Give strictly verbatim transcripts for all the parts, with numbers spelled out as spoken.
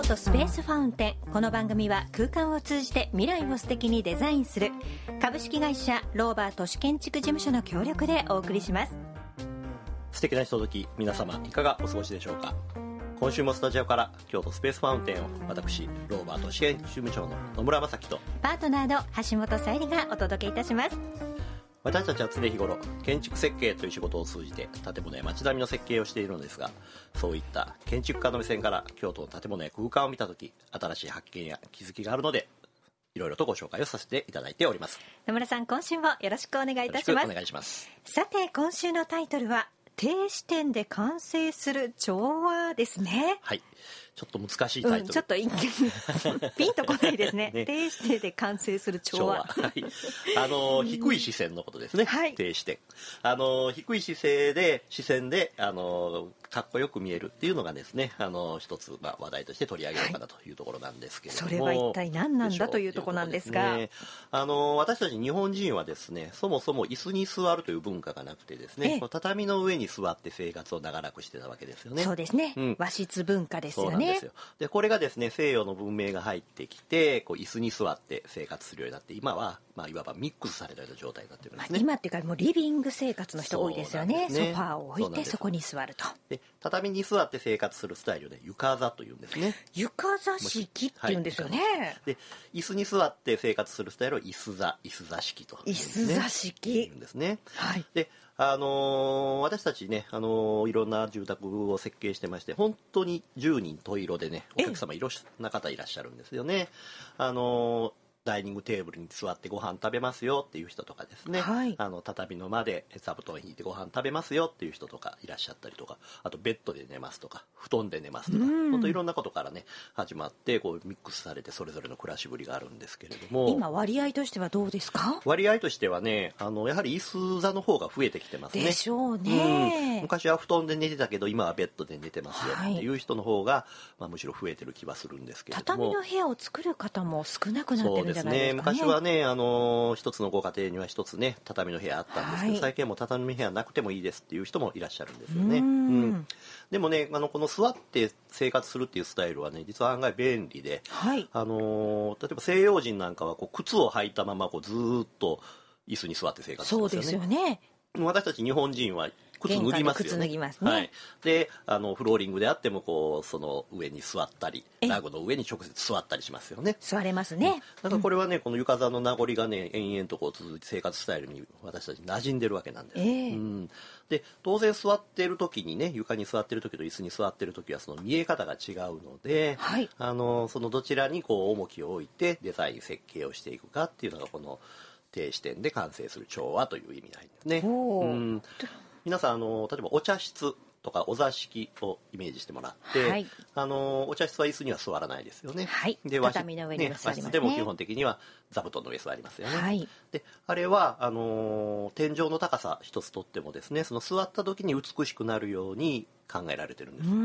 都スペースファウンテン。この番組は空間を通じて未来を素敵にデザインする株式会社ローバー都市建築事務所の協力でお送りします。 素敵なひととき、皆様いかがお過ごしでしょうか。今週もスタジオから京都スペースファウンテンを私ローバー都市建築事務所の野村正樹とパートナーの橋本さゆりがお届けいたします。 私たちは常日頃建築設計という仕事を通じて建物や街並みの設計をしているのですが、そういった建築家の目線から京都の建物や空間を見たとき、新しい発見や気づきがあるので、いろいろとご紹介をさせていただいております。 野村さん、今週もよろしくお願いいたします。よろしくお願いします。さて、今週のタイトルは低視点で完成する調和ですね。 はい、ちょっと難しいタイトル、うん、 ちょっとピンとこないですね。ね、低視点で完成する調和、 はい、あの低い視線のことですね、はい、低視点、あの低い姿勢で視線であのかっこよく見えるっていうのがですね、あの一つ、まあ、話題として取り上げようかなというところなんですけれども、 はい、それは一体何なんだというところなんですが、 ね、あの私たち日本人はですね、そもそも椅子に座るという文化がなくてですね、畳の上に座って生活を長らくしてたわけですよね。 そうですね、うん、和室文化ですよね。 そうなんですよ。でこれがですね、西洋の文明が入ってきて、こう椅子に座って生活するようになって、今は、まあ、いわばミックスされたような状態になってるんですね。 今っていうかもうリビング生活の人多いですよね。ソファーを置いてそこに座ると。 で畳に座って生活するスタイルで床座というんですね。 床座式っていうんですよね、はい、 で椅子に座って生活するスタイルを椅子座椅子座式と、ね、 椅子座式言うんですね、 はい、 であのー、私たちね、あのー、いろんな住宅を設計してまして、本当に十人十色でね、お客様いろんな方いらっしゃるんですよね。あのーダイニングテーブルに座ってご飯食べますよっていう人とかですね、はい、あの畳の間で座布団引いてご飯食べますよっていう人とかいらっしゃったりとか、あとベッドで寝ますとか布団で寝ますとか、本当いろんなことからね始まって、こうミックスされてそれぞれの暮らしぶりがあるんですけれども、 今割合としてはどうですか？ 割合としてはね、あのやはり椅子座の方が増えてきてますね。 でしょうね、 うん、昔は布団で寝てたけど今はベッドで寝てますよっていう人の方が、はい、まあ、むしろ増えてる気はするんですけれども、 畳の部屋を作る方も少なくなってるんじゃないですかね。 昔はね、あの一つのご家庭には一つね畳の部屋あったんですけど、はい、最近はもう畳の部屋なくてもいいですっていう人もいらっしゃるんですよね。うん、うん、でもね、あのこの座って生活するっていうスタイルはね、実は案外便利で、はい、あの例えば西洋人なんかはこう靴を履いたままこうずっと椅子に座って生活してますよね。 そうですよね。 私たち日本人は靴脱ぎますよね。 靴脱ぎますね。 はい、であのフローリングであってもこうその上に座ったり、ラグの上に直接座ったりしますよね。 座れますね。 だからこれはね、うん、この床座の名残がね延々とこう続いて生活スタイルに私たち馴染んでるわけなんです、えーうん、で当然座っている時にね、床に座っている時と椅子に座っている時はその見え方が違うので、はい、あのそのどちらにこう重きを置いてデザイン設計をしていくかっていうのがこの低視点で完成する調和という意味なんですね。うん、皆さんあの例えばお茶室とかお座敷をイメージしてもらって、はい、あのお茶室は椅子には座らないですよね。 はい、 で畳の上には座りますね。 和室でも基本的には座布団の上座りますよね。 はい、 であれはあの天井の高さ一つとってもですね、その座った時に美しくなるように考えられてるんです。うん、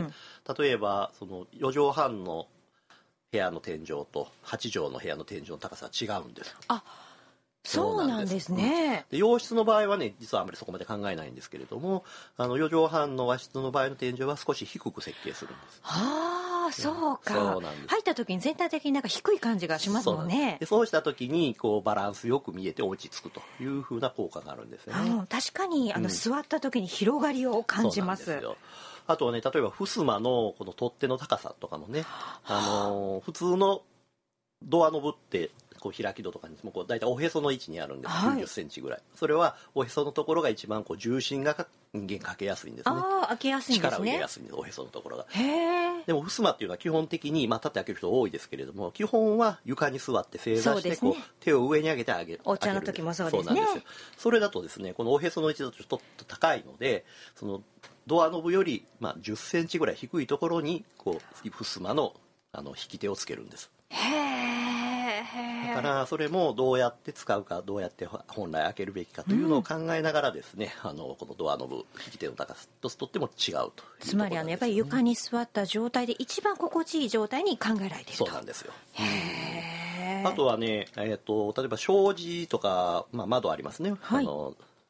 例えばそのよじょうはんの部屋の天井とはちじょうの部屋の天井の高さは違うんです。 あ、そうなんですね。 で洋室の場合はね、実はあまりそこまで考えないんですけれども、あのよじょうはんの和室の場合の天井は少し低く設計するんです。 ああ、そうか。 そうなんです。 入った時に全体的になんか低い感じがしますもんね。 そうでそうした時にこうバランスよく見えて落ち着くという風な効果があるんですよね。 うん、確かにあの、うん、座った時に広がりを感じます。 そうなんですよ。あとはね、例えば襖のこの取っ手の高さとかもね、あのー、普通のドアノブってこう開き戸とかにもこう大体おへその位置にあるんです、はい、きゅうじゅっセンチぐらい。それはおへそのところが一番こう重心が人間かけやすいんですね。 ああ、開けやすいんですね。 力を入れやすいんです、おへそのところが。 へでも襖っていうのは基本的に、まあ、立って開ける人多いですけれども、基本は床に座って正座してこう、ね、手を上に上げてあげる。 お茶の時もそうですね。 そうなんですよ。それだとですね、このおへその位置だとちょっと高いので、そのドアノブより、まあ、じゅっセンチぐらい低いところにこう襖のあの引き手をつけるんです。 へー。だからそれもどうやって使うか、どうやって本来開けるべきかというのを考えながらですね、うん、あのこのドアノブ引き手の高さととっても違うというところなんです、ね、 つまりあのやっぱり床に座った状態で一番心地いい状態に考えられていると。 そうなんですよ。 へー。 あとはね、えー、と例えば障子とか、まあ、窓ありますね、はい、あの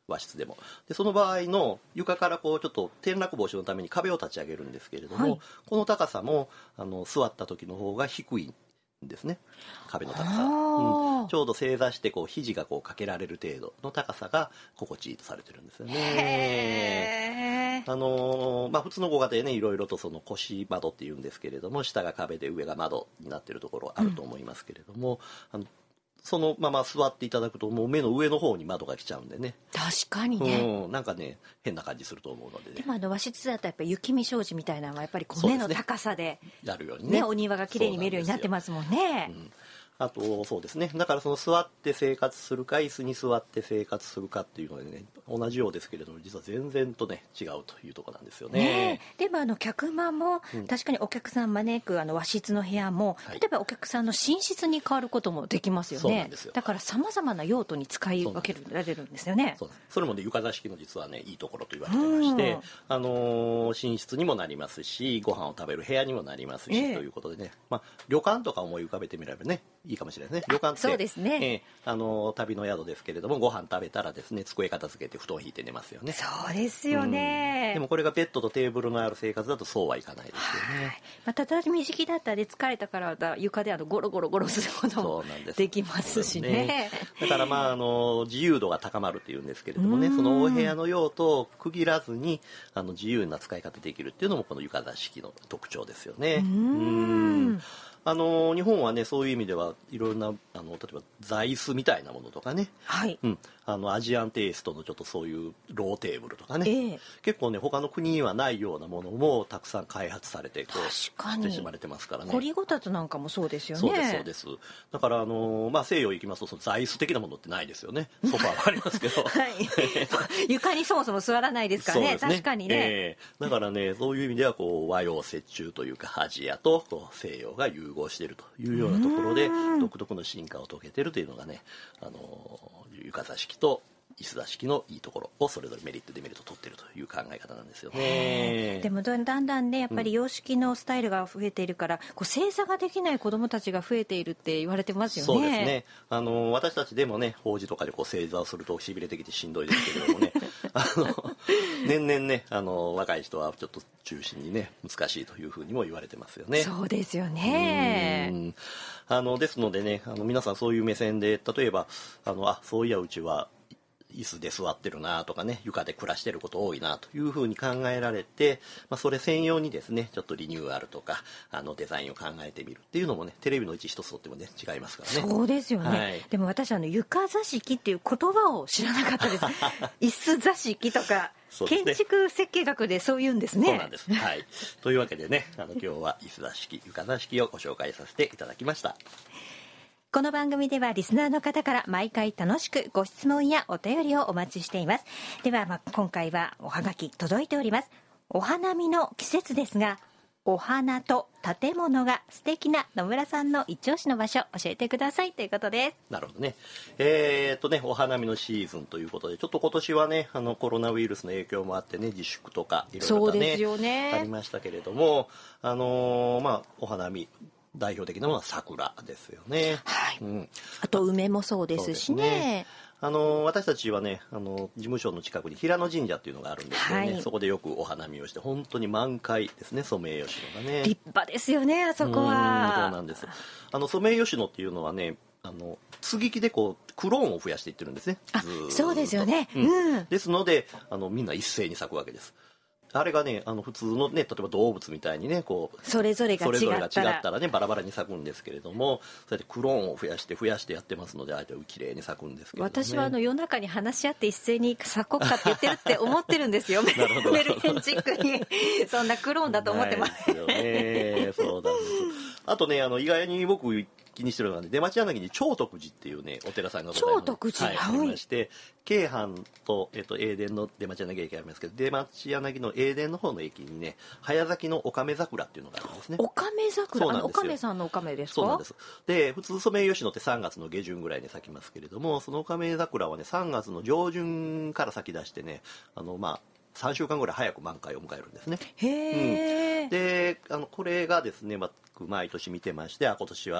和室でも。でその場合の床からこうちょっと転落防止のために壁を立ち上げるんですけれども、はい、この高さもあの座った時の方が低いんですね、壁の高さ、うん、ちょうど正座してこう肘がこうかけられる程度の高さが心地いいとされてるんですよね。あのーまあ、普通のご家庭ねいろいろとその腰窓っていうんですけれども、下が壁で上が窓になっているところあると思いますけれども、うん、あのそのまま座っていただくともう目の上の方に窓が来ちゃうんでね、 確かにね、 うん、なんかね変な感じすると思うのでね。 でもあの和室だとやっぱり雪見障子みたいなのはやっぱりこう根の高さでやるようにね、 ね、お庭がきれいに見えるようになってますもんね。 うん、あとそうですね、だからその座って生活するか椅子に座って生活するかっていうのでね同じようですけれども実は全然とね違うというところなんですよね。 ねでもあの客間も、うん、確かにお客さん招くあの和室の部屋も、はい、例えばお客さんの寝室に変わることもできますよね。 そうなんですよ。だからさまざまな用途に使い分けられるんですよね。 そうです。それもね床座敷の実はねいいところと言われてまして、あのー、寝室にもなりますしご飯を食べる部屋にもなりますし、えー、ということでね、まあ、旅館とか思い浮かべてみればねいいかもしれないですね。旅館ってそうですね、 えー、あの旅の宿ですけれどもご飯食べたらですね机片付けて布団引いて寝ますよね。 そうですよね、うん、 でもこれがベッドとテーブルのある生活だとそうはいかないですよね。 まあ、畳敷きだったら疲れたからだ床であのゴロゴロゴロすることもできますし ね, ねだからまああの自由度が高まるっていうんですけれどもね、そのお部屋の用途を区切らずにあの自由な使い方できるっていうのもこの床座敷の特徴ですよね。うーんあの日本はねそういう意味ではいろんなあの例えば座椅子みたいなものとかね、 はいうん、あのアジアンテイストのちょっとそういうローテーブルとかね、 えー、 結構ね他の国にはないようなものもたくさん開発されてこうしてしまれてますからね。 掘りごたつなんかもそうですよね。 そうですそうです。だからあの、まあ、西洋行きますとその座椅子的なものってないですよね。ソファーはありますけど、 はい、床にそもそも座らないですから ね, ね確かにね、 えー、だからねそういう意味ではこう和洋折衷というかアジアとこう西洋が融合しているというようなところで独特の進化を遂げているというのがね、あの床座敷と椅子座敷のいいところをそれぞれメリットデメリット取っているという考え方なんですよね。 でもだんだんねやっぱり洋式のスタイルが増えているから、うん、こう正座ができない子どもたちが増えているって言われてますよね。 そうですね。あの私たちでもね法事とかでこう正座をするとしびれてきてしんどいですけれどもねあの年々ねあの若い人はちょっと中心にね難しいというふうにも言われてますよね。 そうですよね。 うんあのですのでねあの皆さんそういう目線で例えばあのあそういやうちは椅子で座ってるなとかね床で暮らしてること多いなというふうに考えられて、まあ、それ専用にですねちょっとリニューアルとかあのデザインを考えてみるっていうのもねテレビのうち一つとってもね違いますからね。 そうですよね、はい、でも私あの床座敷っていう言葉を知らなかったです椅子座敷とか、ね、建築設計学でそういうんですね。 そうなんです、はい、というわけでねあの今日は椅子座敷床座敷をご紹介させていただきました。 この番組ではリスナーの方から毎回楽しくご質問やお便りをお待ちしています。では、まあ、今回はおはがき届いております。お花見の季節ですがお花と建物が素敵な野村さんの一押しの場所教えてくださいということです。 なるほどね。えー、っとねお花見のシーズンということでちょっと今年はねあのコロナウイルスの影響もあってね自粛とかいろいろと ね, そうですよねありましたけれどもあのー、まあお花見代表的なのは桜ですよね、 はいうん、 あと梅もそうですし ね, ねあの私たちはねあの事務所の近くに平野神社っていうのがあるんですけどね、はい、そこでよくお花見をして本当に満開ですねソメイヨシノがね立派ですよねあそこは。 うんそうなんです。あのソメイヨシノっていうのはねあの接ぎ木でこうクローンを増やしていってるんですね。 あそうですよね、 うんうん、ですのであのみんな一斉に咲くわけです。あれがねあの普通のね例えば動物みたいにねこうそれぞれが違ったらそれぞれが違ったらねバラバラに咲くんですけれどもそうやってクローンを増やして増やしてやってますのであえて綺麗に咲くんですけれども、ね、 私はあの夜中に話し合って一斉に咲こうかって言ってるって思ってるんですよメルヘンチックにそんなクローンだと思ってます。 よねそうなんです。あとねあの意外に僕気にしてるのは、ね、出町柳に長徳寺っていうねお寺さんがございます。 長徳寺、 はい、ありまして京阪と、えっと、永電の出町柳駅ありますけど出町柳の永電の方の駅にね早咲きのおかめ桜っていうのがあるんですね。 おかめ桜あのおかめさんのおかめですか。 そうなんです。で普通ソメイヨシノってさんがつの下旬ぐらいに咲きますけれどもそのおかめ桜はねさんがつの上旬から咲き出してねあのまあさんしゅうかんぐらい早く満開を迎えるんですね。 へー、 うん、であのこれがですね、まあ、毎年見てましてあ今年は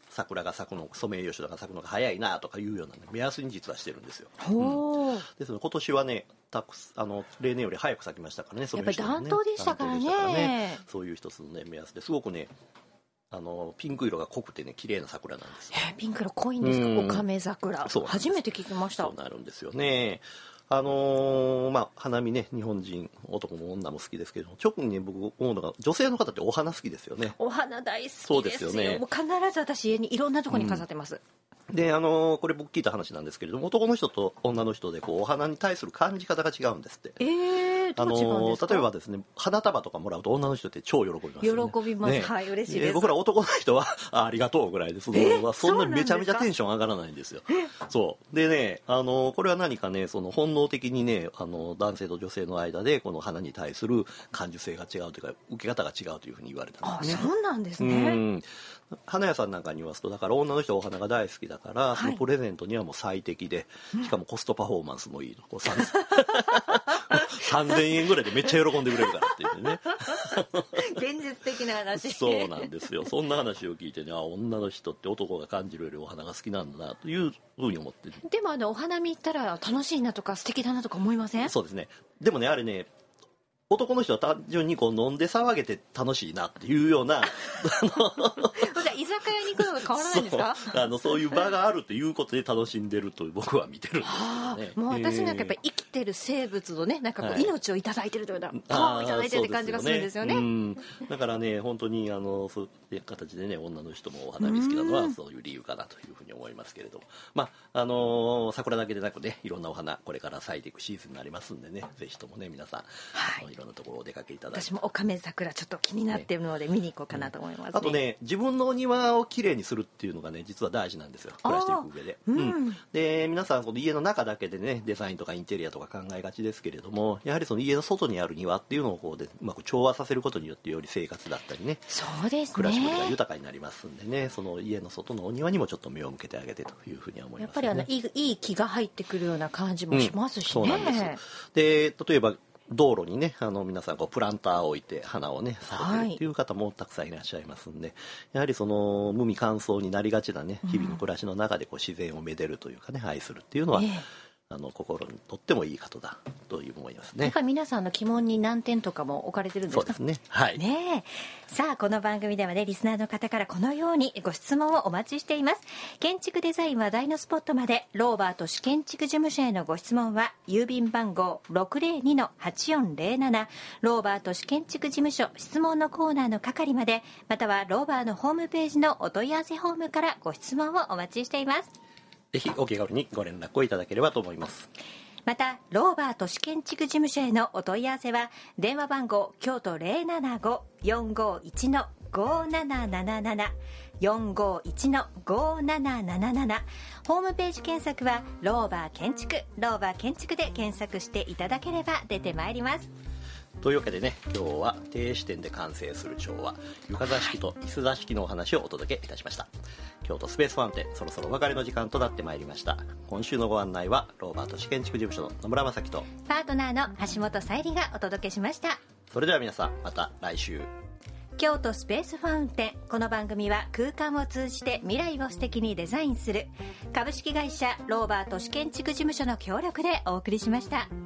桜が咲くのソメイヨシノが咲くのが早いなとかいうような、ね、目安に実はしてるんですよ。 ほー、 うん、ですので今年はねたくあの例年より早く咲きましたからね。 やっぱり暖冬でしたから ね, からねそういう一つの、ね、目安ですごくねあのピンク色が濃くてね綺麗な桜なんですよ。 ピンク色濃いんですか。オカメ桜初めて聞きました。 そうなるんですよね。あのー、まあ花見ね日本人男も女も好きですけども、特にね僕思うのが女性の方ってお花好きですよね。 お花大好きですよ。 そうですよね。 もう必ず私家にいろんなところに飾ってます、 うん、であのー、これ僕聞いた話なんですけれども、男の人と女の人でこうお花に対する感じ方が違うんですって。 えー、どう違うんですか。 あのー、例えばですね花束とかもらうと女の人って超喜びますよね。 喜びます、ね、はい嬉しいです。 僕ら男の人は あ, ありがとうぐらいです。そんなめちゃめちゃテンション上がらないんですよ。そうでね、あのー、これは何かねその本能的にねあの男性と女性の間でこの花に対する感受性が違うというか受け方が違うというふうに言われたんですね。 あ、そうなんですね。うん、 花屋さんなんかに言いますとだから女の人はお花が大好きだから、はい、そのプレゼントにはもう最適でしかもコストパフォーマンスもいいと、こうさんぜんえんぐらいでめっちゃ喜んでくれるからっていうね現実的な話。 そうなんですよ。そんな話を聞いてね、あ女の人って男が感じるよりお花が好きなんだなというふうに思ってる。 でもあのお花見行ったら楽しいなとか素敵だなとか思いません。 そうですね。でもねあれね男の人は単純にこう飲んで騒げて楽しいなっていうようなじゃあ居酒屋に行くのと変わらないんですか。 そうあのそういう場があるということで楽しんでると僕は見てるんですよね。 もう私なんかやっぱり生きてる生物のねなんかこう命をいただいてるというか、はい、パワーをいただいてるって感じがするんですよね。 うん、だからね本当にあのそういう形でね女の人もお花見好きなのはそういう理由かなというふうに思いますけれども、まああのー、桜だけでなくねいろんなお花これから咲いていくシーズンになりますんでねぜひともね皆さん、はい、いろんなところをお出かけいただいて、 私もオカメ桜ちょっと気になっているので見に行こうかなと思います、ねうん、 あとね自分のお庭をきれいにするっていうのがね実は大事なんですよ暮らしていく上で、うんうん、で皆さんこの家の中だけでねデザインとかインテリアとか考えがちですけれどもやはりその家の外にある庭っていうのをこうでうまく調和させることによってより生活だったりねそうですね暮らしぶりが豊かになりますんでねその家の外のお庭にもちょっと目を向けてあげてというふうには思いますね。 やっぱりあのいい、いい気が入ってくるような感じもしますしね、うん、そうなんです。 で例えば道路にねあの皆さんこうプランターを置いて花をねされてるっていう方もたくさんいらっしゃいますんで、はい、やはりその無味乾燥になりがちなね日々の暮らしの中でこう自然をめでるというかね愛するっていうのは、ええあの心にとってもいいことだという思いますね。 やっぱり皆さんの鬼門に難点とかも置かれてるんですか。 そうですね。はい。 ねえ。さあこの番組ではねリスナーの方からこのようにご質問をお待ちしています。建築デザイン話題のスポットまでローバー都市建築事務所へのご質問は郵便番号 ろくぜろにのはちよんぜろなな ローバー都市建築事務所質問のコーナーの係までまたはローバーのホームページのお問い合わせフォームからご質問をお待ちしています。 ぜひお気軽にご連絡をいただければと思います。 またローバー都市建築事務所へのお問い合わせは電話番号京都 ゼロななご よんごいち ごなななななな よんごいち ごななななななホームページ検索はローバー建築ローバー建築で検索していただければ出てまいります。 というわけでね今日は低視点で完成する調和床座敷と椅子座敷のお話をお届けいたしました。京都スペースファウンテンそろそろお別れの時間となってまいりました。今週のご案内はローバー都市建築事務所の野村正樹とパートナーの橋本沙莉がお届けしました。 それでは皆さんまた来週。 京都スペースファウンテンこの番組は空間を通じて未来を素敵にデザインする株式会社ローバー都市建築事務所の協力でお送りしました。